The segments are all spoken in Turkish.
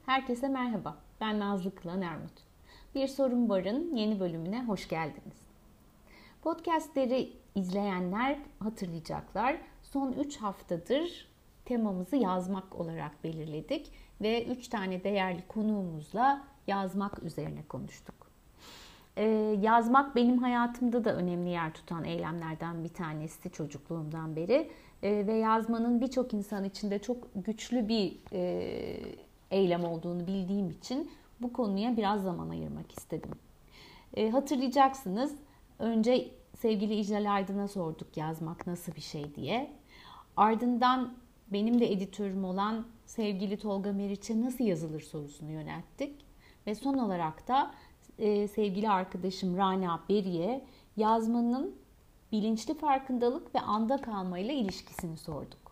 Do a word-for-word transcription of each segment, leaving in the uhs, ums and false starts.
Herkese merhaba, ben Nazlı Kılan Ermut. Bir Sorun Var'ın yeni bölümüne hoş geldiniz. Podcastleri izleyenler hatırlayacaklar. Son üç haftadır temamızı yazmak olarak belirledik ve üç tane değerli konuğumuzla yazmak üzerine konuştuk. Ee, yazmak benim hayatımda da önemli yer tutan eylemlerden bir tanesi çocukluğumdan beri. Ee, ve yazmanın birçok insan için de çok güçlü bir e, eylem olduğunu bildiğim için bu konuya biraz zaman ayırmak istedim. E, hatırlayacaksınız, önce sevgili İclal Aydın'a sorduk yazmak nasıl bir şey diye. Ardından benim de editörüm olan sevgili Tolga Meriç'e nasıl yazılır sorusunu yönelttik. Ve son olarak da e, sevgili arkadaşım Rana Beri'ye yazmanın bilinçli farkındalık ve anda kalmayla ilişkisini sorduk.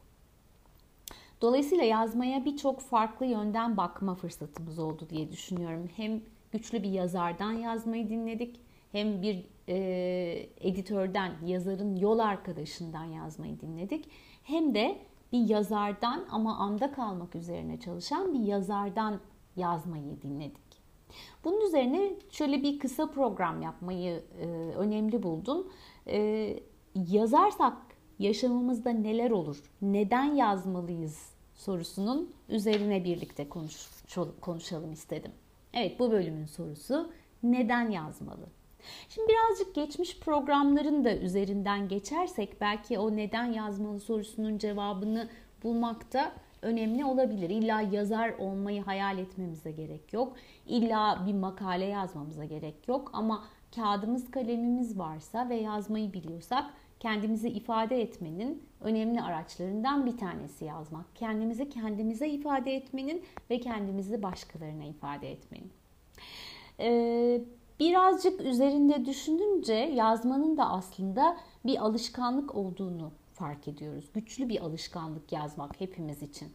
Dolayısıyla yazmaya birçok farklı yönden bakma fırsatımız oldu diye düşünüyorum. Hem güçlü bir yazardan yazmayı dinledik, hem bir e, editörden, yazarın yol arkadaşından yazmayı dinledik. Hem de bir yazardan ama anda kalmak üzerine çalışan bir yazardan yazmayı dinledik. Bunun üzerine şöyle bir kısa program yapmayı e, önemli buldum. E, yazarsak yaşamımızda neler olur, neden yazmalıyız sorusunun üzerine birlikte konuş, konuşalım istedim. Evet, bu bölümün sorusu neden yazmalı? Şimdi birazcık geçmiş programların da üzerinden geçersek belki o neden yazmalı sorusunun cevabını bulmakta önemli olabilir. İlla yazar olmayı hayal etmemize gerek yok. İlla bir makale yazmamıza gerek yok. Ama kağıdımız, kalemimiz varsa ve yazmayı biliyorsak kendimizi ifade etmenin önemli araçlarından bir tanesi yazmak. Kendimizi kendimize ifade etmenin ve kendimizi başkalarına ifade etmenin. Ee, birazcık üzerinde düşününce yazmanın da aslında bir alışkanlık olduğunu fark ediyoruz. Güçlü bir alışkanlık yazmak hepimiz için.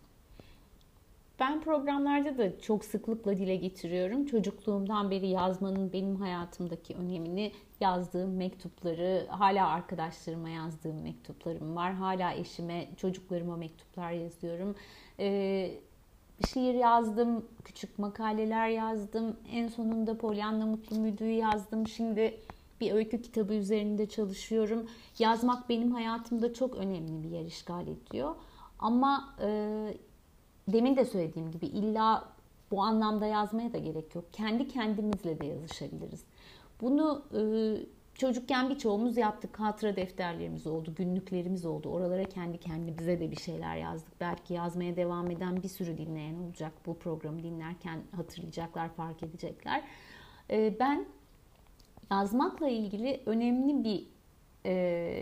Ben programlarda da çok sıklıkla dile getiriyorum. Çocukluğumdan beri yazmanın benim hayatımdaki önemini, yazdığım mektupları, hala arkadaşlarıma yazdığım mektuplarım var. Hala eşime, çocuklarıma mektuplar yazıyorum. Ee, şiir yazdım, küçük makaleler yazdım. En sonunda Pollyanna Mutlu Müdü'yü yazdım. Şimdi bir öykü kitabı üzerinde çalışıyorum. Yazmak benim hayatımda çok önemli bir yer işgal ediyor. Ama e, demin de söylediğim gibi illa bu anlamda yazmaya da gerek yok. Kendi kendimizle de yazışabiliriz. Bunu e, çocukken birçoğumuz yaptık. Hatıra defterlerimiz oldu, günlüklerimiz oldu. Oralara kendi kendimize de bir şeyler yazdık. Belki yazmaya devam eden bir sürü dinleyen olacak. Bu programı dinlerken hatırlayacaklar, fark edecekler. E, ben yazmakla ilgili önemli bir e,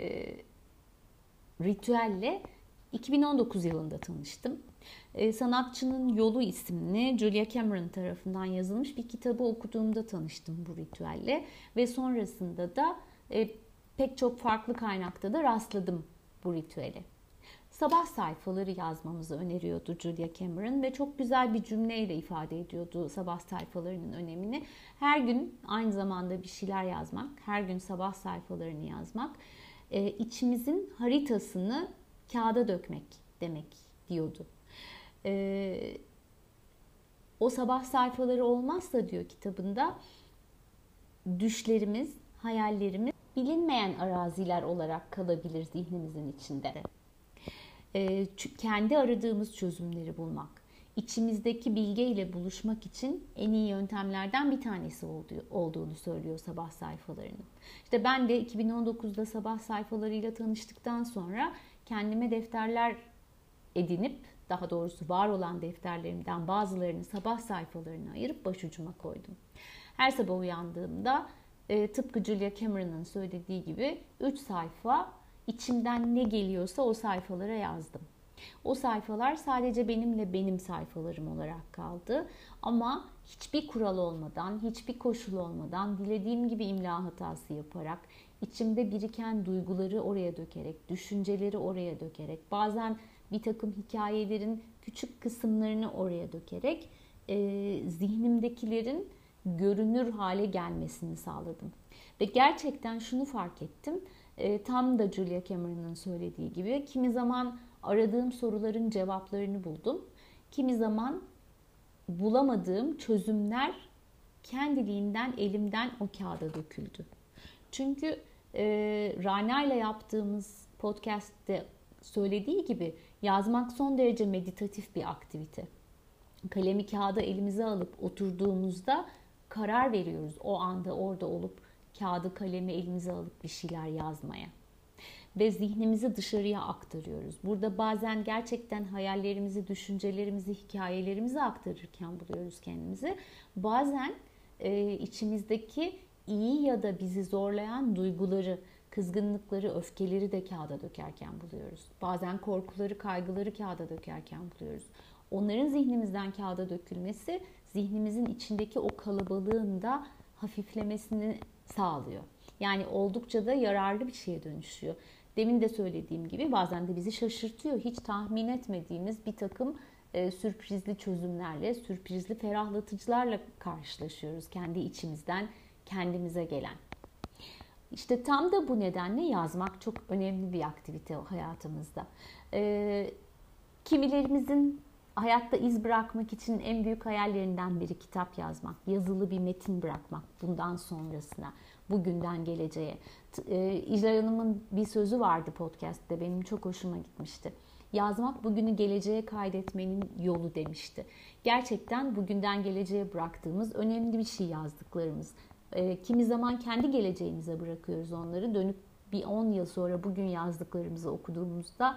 ritüelle iki bin on dokuz yılında tanıştım. E, Sanatçının Yolu isimli Julia Cameron tarafından yazılmış bir kitabı okuduğumda tanıştım bu ritüelle. Ve sonrasında da e, pek çok farklı kaynakta da rastladım bu ritüele. Sabah sayfaları yazmamızı öneriyordu Julia Cameron ve çok güzel bir cümleyle ifade ediyordu sabah sayfalarının önemini. Her gün aynı zamanda bir şeyler yazmak, her gün sabah sayfalarını yazmak, e, içimizin haritasını kağıda dökmek demek diyordu. E, o sabah sayfaları olmazsa diyor kitabında düşlerimiz, hayallerimiz bilinmeyen araziler olarak kalabilir zihnimizin içinde. E, kendi aradığımız çözümleri bulmak, içimizdeki bilgeyle buluşmak için en iyi yöntemlerden bir tanesi olduğunu söylüyor sabah sayfalarının. İşte ben de iki bin on dokuzda sabah sayfalarıyla tanıştıktan sonra kendime defterler edinip, daha doğrusu var olan defterlerimden bazılarını sabah sayfalarına ayırıp başucuma koydum. Her sabah uyandığımda e, tıpkı Julia Cameron'ın söylediği gibi üç sayfa içimden ne geliyorsa o sayfalara yazdım. O sayfalar sadece benimle benim sayfalarım olarak kaldı. Ama hiçbir kural olmadan, hiçbir koşul olmadan, dilediğim gibi imla hatası yaparak, içimde biriken duyguları oraya dökerek, düşünceleri oraya dökerek, bazen bir takım hikayelerin küçük kısımlarını oraya dökerek e, zihnimdekilerin görünür hale gelmesini sağladım. Ve gerçekten şunu fark ettim. E, tam da Julia Cameron'ın söylediği gibi kimi zaman aradığım soruların cevaplarını buldum. Kimi zaman bulamadığım çözümler kendiliğinden elimden o kağıda döküldü. Çünkü e, Rana ile yaptığımız podcast'te söylediği gibi yazmak son derece meditatif bir aktivite. Kalemi kağıda elimize alıp oturduğumuzda karar veriyoruz o anda orada olup kağıdı kalemi elimize alıp bir şeyler yazmaya. Ve zihnimizi dışarıya aktarıyoruz. Burada bazen gerçekten hayallerimizi, düşüncelerimizi, hikayelerimizi aktarırken buluyoruz kendimizi. Bazen e, içimizdeki iyi ya da bizi zorlayan duyguları, kızgınlıkları, öfkeleri de kağıda dökerken buluyoruz. Bazen korkuları, kaygıları kağıda dökerken buluyoruz. Onların zihnimizden kağıda dökülmesi, zihnimizin içindeki o kalabalığın da hafiflemesini sağlıyor. Yani oldukça da yararlı bir şeye dönüşüyor. Demin de söylediğim gibi bazen de bizi şaşırtıyor. Hiç tahmin etmediğimiz bir takım e, sürprizli çözümlerle, sürprizli ferahlatıcılarla karşılaşıyoruz. Kendi içimizden kendimize gelen. İşte tam da bu nedenle yazmak çok önemli bir aktivite hayatımızda. E, kimilerimizin hayatta iz bırakmak için en büyük hayallerinden biri kitap yazmak, yazılı bir metin bırakmak bundan sonrasına, bugünden geleceğe. İclal Hanım'ın bir sözü vardı podcast'te, benim çok hoşuma gitmişti. Yazmak bugünü geleceğe kaydetmenin yolu demişti. Gerçekten bugünden geleceğe bıraktığımız önemli bir şey yazdıklarımız. Kimi zaman kendi geleceğimize bırakıyoruz onları. Dönüp bir on yıl sonra bugün yazdıklarımızı okuduğumuzda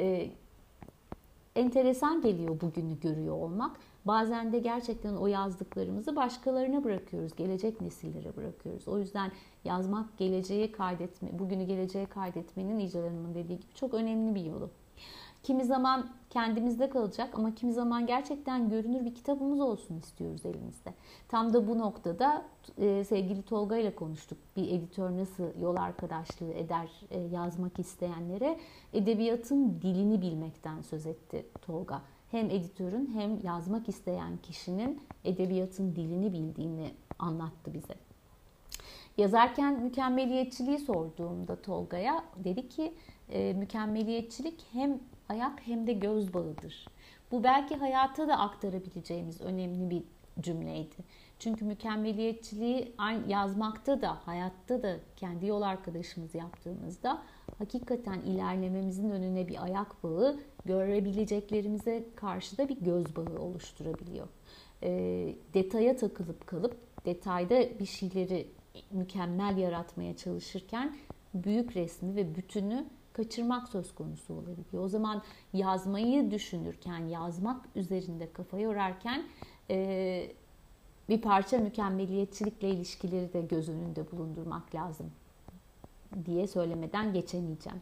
enteresan geliyor bugünü görüyor olmak. Bazen de gerçekten o yazdıklarımızı başkalarına bırakıyoruz, gelecek nesillere bırakıyoruz. O yüzden yazmak geleceğe kaydetme, bugünü geleceğe kaydetmenin İclal Hanım'ın dediği gibi çok önemli bir yolu. Kimi zaman kendimizde kalacak ama kimi zaman gerçekten görünür bir kitabımız olsun istiyoruz elimizde. Tam da bu noktada e, sevgili Tolga ile konuştuk. Bir editör nasıl yol arkadaşlığı eder e, yazmak isteyenlere? Edebiyatın dilini bilmekten söz etti Tolga. Hem editörün hem yazmak isteyen kişinin edebiyatın dilini bildiğini anlattı bize. Yazarken mükemmeliyetçiliği sorduğumda Tolga'ya dedi ki e, mükemmeliyetçilik hem ayak hem de göz bağıdır. Bu belki hayata da aktarabileceğimiz önemli bir cümleydi. Çünkü mükemmeliyetçiliği yazmakta da hayatta da kendi yol arkadaşımız yaptığımızda hakikaten ilerlememizin önüne bir ayak bağı, görebileceklerimize karşı da bir göz bağı oluşturabiliyor. E, detaya takılıp kalıp detayda bir şeyleri mükemmel yaratmaya çalışırken büyük resmi ve bütünü kaçırmak söz konusu olabiliyor. O zaman yazmayı düşünürken, yazmak üzerinde kafa yorarken e, bir parça mükemmeliyetçilikle ilişkileri de göz önünde bulundurmak lazım diye söylemeden geçemeyeceğim.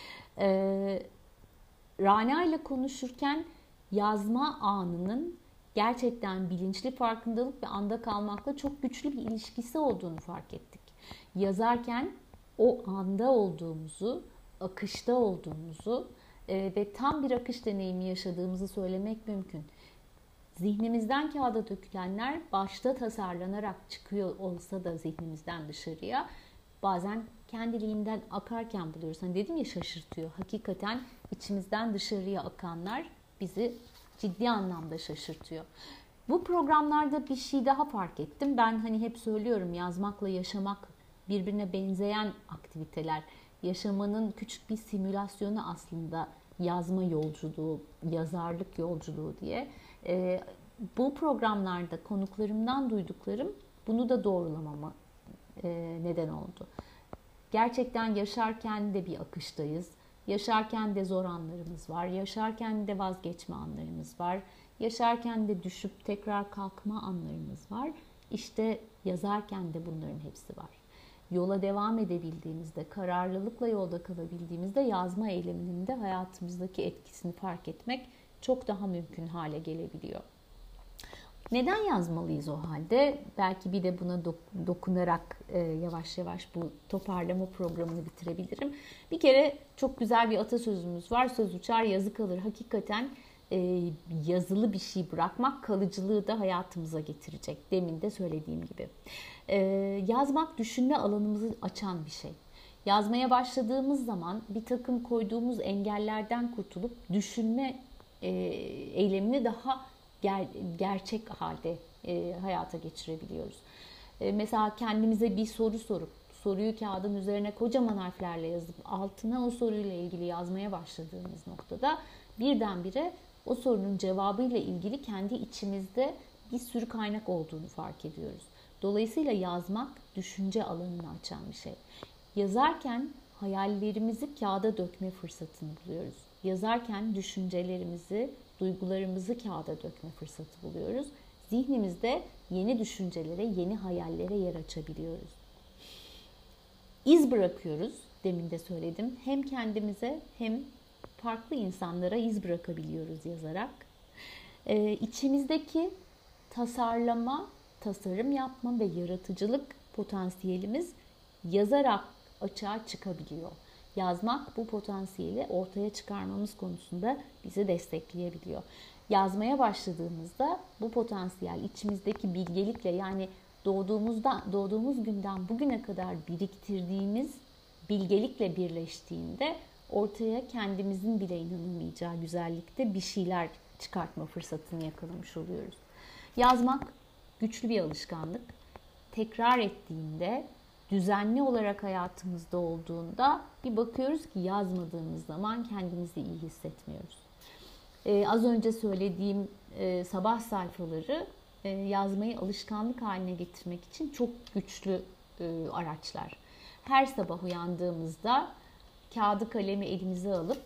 E, Rana ile konuşurken yazma anının gerçekten bilinçli farkındalık ve anda kalmakla çok güçlü bir ilişkisi olduğunu fark ettik. Yazarken o anda olduğumuzu, akışta olduğumuzu e, ve tam bir akış deneyimi yaşadığımızı söylemek mümkün. Zihnimizden kağıda dökülenler başta tasarlanarak çıkıyor olsa da zihnimizden dışarıya bazen kendiliğinden akarken buluyoruz. Hani dedim ya, şaşırtıyor. Hakikaten içimizden dışarıya akanlar bizi ciddi anlamda şaşırtıyor. Bu programlarda bir şey daha fark ettim. Ben hani hep söylüyorum, yazmakla yaşamak birbirine benzeyen aktiviteler. Yaşamanın küçük bir simülasyonu aslında yazma yolculuğu, yazarlık yolculuğu diye. Ee, bu programlarda konuklarımdan duyduklarım bunu da doğrulamama e, neden oldu. Gerçekten yaşarken de bir akıştayız. Yaşarken de zor anlarımız var. Yaşarken de vazgeçme anlarımız var. Yaşarken de düşüp tekrar kalkma anlarımız var. İşte yazarken de bunların hepsi var. Yola devam edebildiğimizde, kararlılıkla yolda kalabildiğimizde yazma eyleminin de hayatımızdaki etkisini fark etmek çok daha mümkün hale gelebiliyor. Neden yazmalıyız o halde? Belki bir de buna dokunarak e, yavaş yavaş bu toparlama programını bitirebilirim. Bir kere çok güzel bir atasözümüz var. Söz uçar, yazı kalır. Hakikaten e, yazılı bir şey bırakmak kalıcılığı da hayatımıza getirecek. Demin de söylediğim gibi. E, yazmak düşünme alanımızı açan bir şey. Yazmaya başladığımız zaman bir takım koyduğumuz engellerden kurtulup düşünme e, eylemini daha ger- gerçek halde e, hayata geçirebiliyoruz. E, mesela kendimize bir soru sorup soruyu kağıdın üzerine kocaman harflerle yazıp altına o soruyla ilgili yazmaya başladığımız noktada birdenbire o sorunun cevabıyla ilgili kendi içimizde bir sürü kaynak olduğunu fark ediyoruz. Dolayısıyla yazmak düşünce alanını açan bir şey. Yazarken hayallerimizi kağıda dökme fırsatını buluyoruz. Yazarken düşüncelerimizi, duygularımızı kağıda dökme fırsatı buluyoruz. Zihnimizde yeni düşüncelere, yeni hayallere yer açabiliyoruz. İz bırakıyoruz, demin de söyledim. Hem kendimize hem farklı insanlara iz bırakabiliyoruz yazarak. Ee, içimizdeki tasarlama, tasarım yapma ve yaratıcılık potansiyelimiz yazarak açığa çıkabiliyor. Yazmak bu potansiyeli ortaya çıkarmamız konusunda bizi destekleyebiliyor. Yazmaya başladığımızda bu potansiyel içimizdeki bilgelikle, yani doğduğumuzda doğduğumuz günden bugüne kadar biriktirdiğimiz bilgelikle birleştiğinde ortaya kendimizin bile inanamayacağı güzellikte bir şeyler çıkartma fırsatını yakalamış oluyoruz. Yazmak güçlü bir alışkanlık. Tekrar ettiğinde, düzenli olarak hayatımızda olduğunda bir bakıyoruz ki yazmadığımız zaman kendimizi iyi hissetmiyoruz. Ee, az önce söylediğim e, sabah sayfaları e, yazmayı alışkanlık haline getirmek için çok güçlü e, araçlar. Her sabah uyandığımızda kağıdı kalemi elimize alıp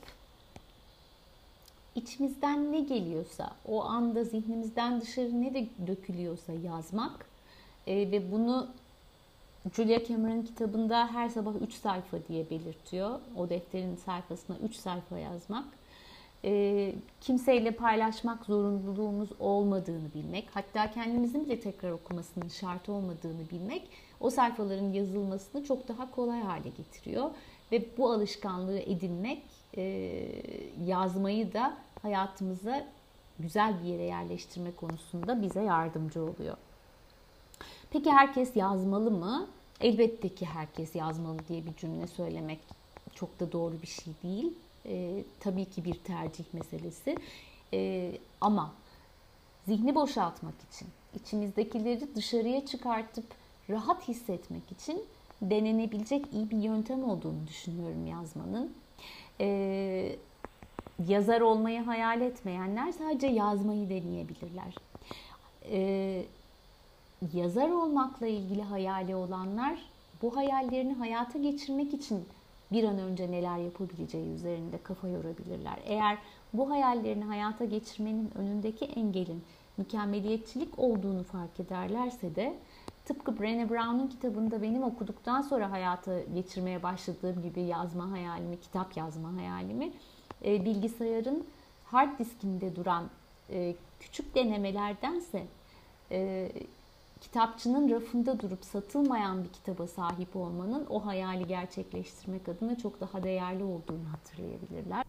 içimizden ne geliyorsa, o anda zihnimizden dışarı ne de dökülüyorsa yazmak e, ve bunu Julia Cameron kitabında her sabah üç sayfa diye belirtiyor. O defterin sayfasına üç sayfa yazmak. E, kimseyle paylaşmak zorunluluğumuz olmadığını bilmek, hatta kendimizin bile tekrar okumasının şart olmadığını bilmek, o sayfaların yazılmasını çok daha kolay hale getiriyor. Ve bu alışkanlığı edinmek, e, yazmayı da hayatımıza güzel bir yere yerleştirme konusunda bize yardımcı oluyor. Peki herkes yazmalı mı? Elbette ki herkes yazmalı diye bir cümle söylemek çok da doğru bir şey değil. E, tabii ki bir tercih meselesi. E, ama zihni boşaltmak için, içimizdekileri dışarıya çıkartıp rahat hissetmek için denenebilecek iyi bir yöntem olduğunu düşünüyorum yazmanın. Ee, yazar olmayı hayal etmeyenler sadece yazmayı deneyebilirler. Ee, yazar olmakla ilgili hayali olanlar bu hayallerini hayata geçirmek için bir an önce neler yapabileceği üzerinde kafa yorabilirler. Eğer bu hayallerini hayata geçirmenin önündeki engelin mükemmeliyetçilik olduğunu fark ederlerse de tıpkı Brené Brown'un kitabında benim okuduktan sonra hayata geçirmeye başladığım gibi yazma hayalimi, kitap yazma hayalimi e, bilgisayarın hard diskinde duran e, küçük denemelerdense e, kitapçının rafında durup satılmayan bir kitaba sahip olmanın o hayali gerçekleştirmek adına çok daha değerli olduğunu hatırlayabilirler.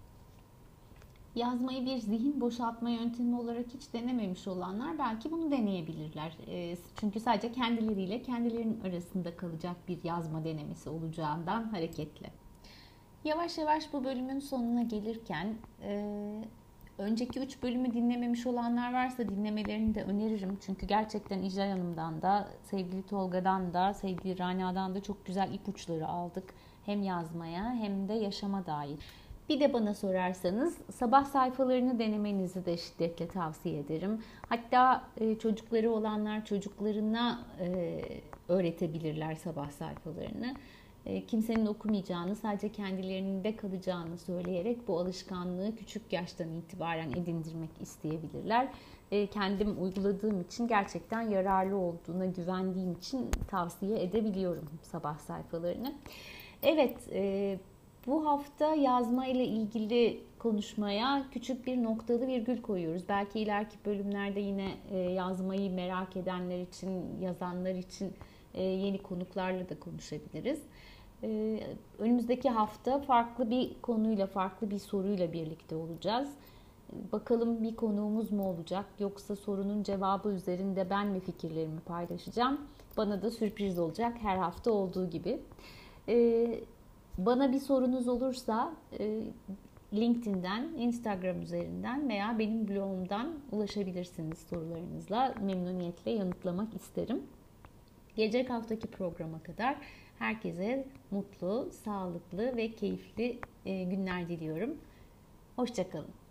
Yazmayı bir zihin boşaltma yöntemi olarak hiç denememiş olanlar belki bunu deneyebilirler. Çünkü sadece kendileriyle kendilerinin arasında kalacak bir yazma denemesi olacağından hareketle. Yavaş yavaş bu bölümün sonuna gelirken önceki üç bölümü dinlememiş olanlar varsa dinlemelerini de öneririm. Çünkü gerçekten İclal Hanım'dan da, sevgili Tolga'dan da, sevgili Rana'dan da çok güzel ipuçları aldık. Hem yazmaya hem de yaşama dair. Bir de bana sorarsanız sabah sayfalarını denemenizi de şiddetle tavsiye ederim. Hatta çocukları olanlar çocuklarına öğretebilirler sabah sayfalarını. Kimsenin okumayacağını, sadece kendilerinde kalacağını söyleyerek bu alışkanlığı küçük yaştan itibaren edindirmek isteyebilirler. Kendim uyguladığım için gerçekten yararlı olduğuna güvendiğim için tavsiye edebiliyorum sabah sayfalarını. Evet, bu hafta yazma ile ilgili konuşmaya küçük bir noktalı virgül koyuyoruz. Belki ileriki bölümlerde yine yazmayı merak edenler için, yazanlar için yeni konuklarla da konuşabiliriz. Önümüzdeki hafta farklı bir konuyla, farklı bir soruyla birlikte olacağız. Bakalım bir konuğumuz mu olacak, yoksa sorunun cevabı üzerinde ben mi fikirlerimi paylaşacağım? Bana da sürpriz olacak her hafta olduğu gibi. Bana bir sorunuz olursa LinkedIn'den, Instagram üzerinden veya benim blogumdan ulaşabilirsiniz sorularınızla. Memnuniyetle yanıtlamak isterim. Gelecek haftaki programa kadar herkese mutlu, sağlıklı ve keyifli günler diliyorum. Hoşça kalın.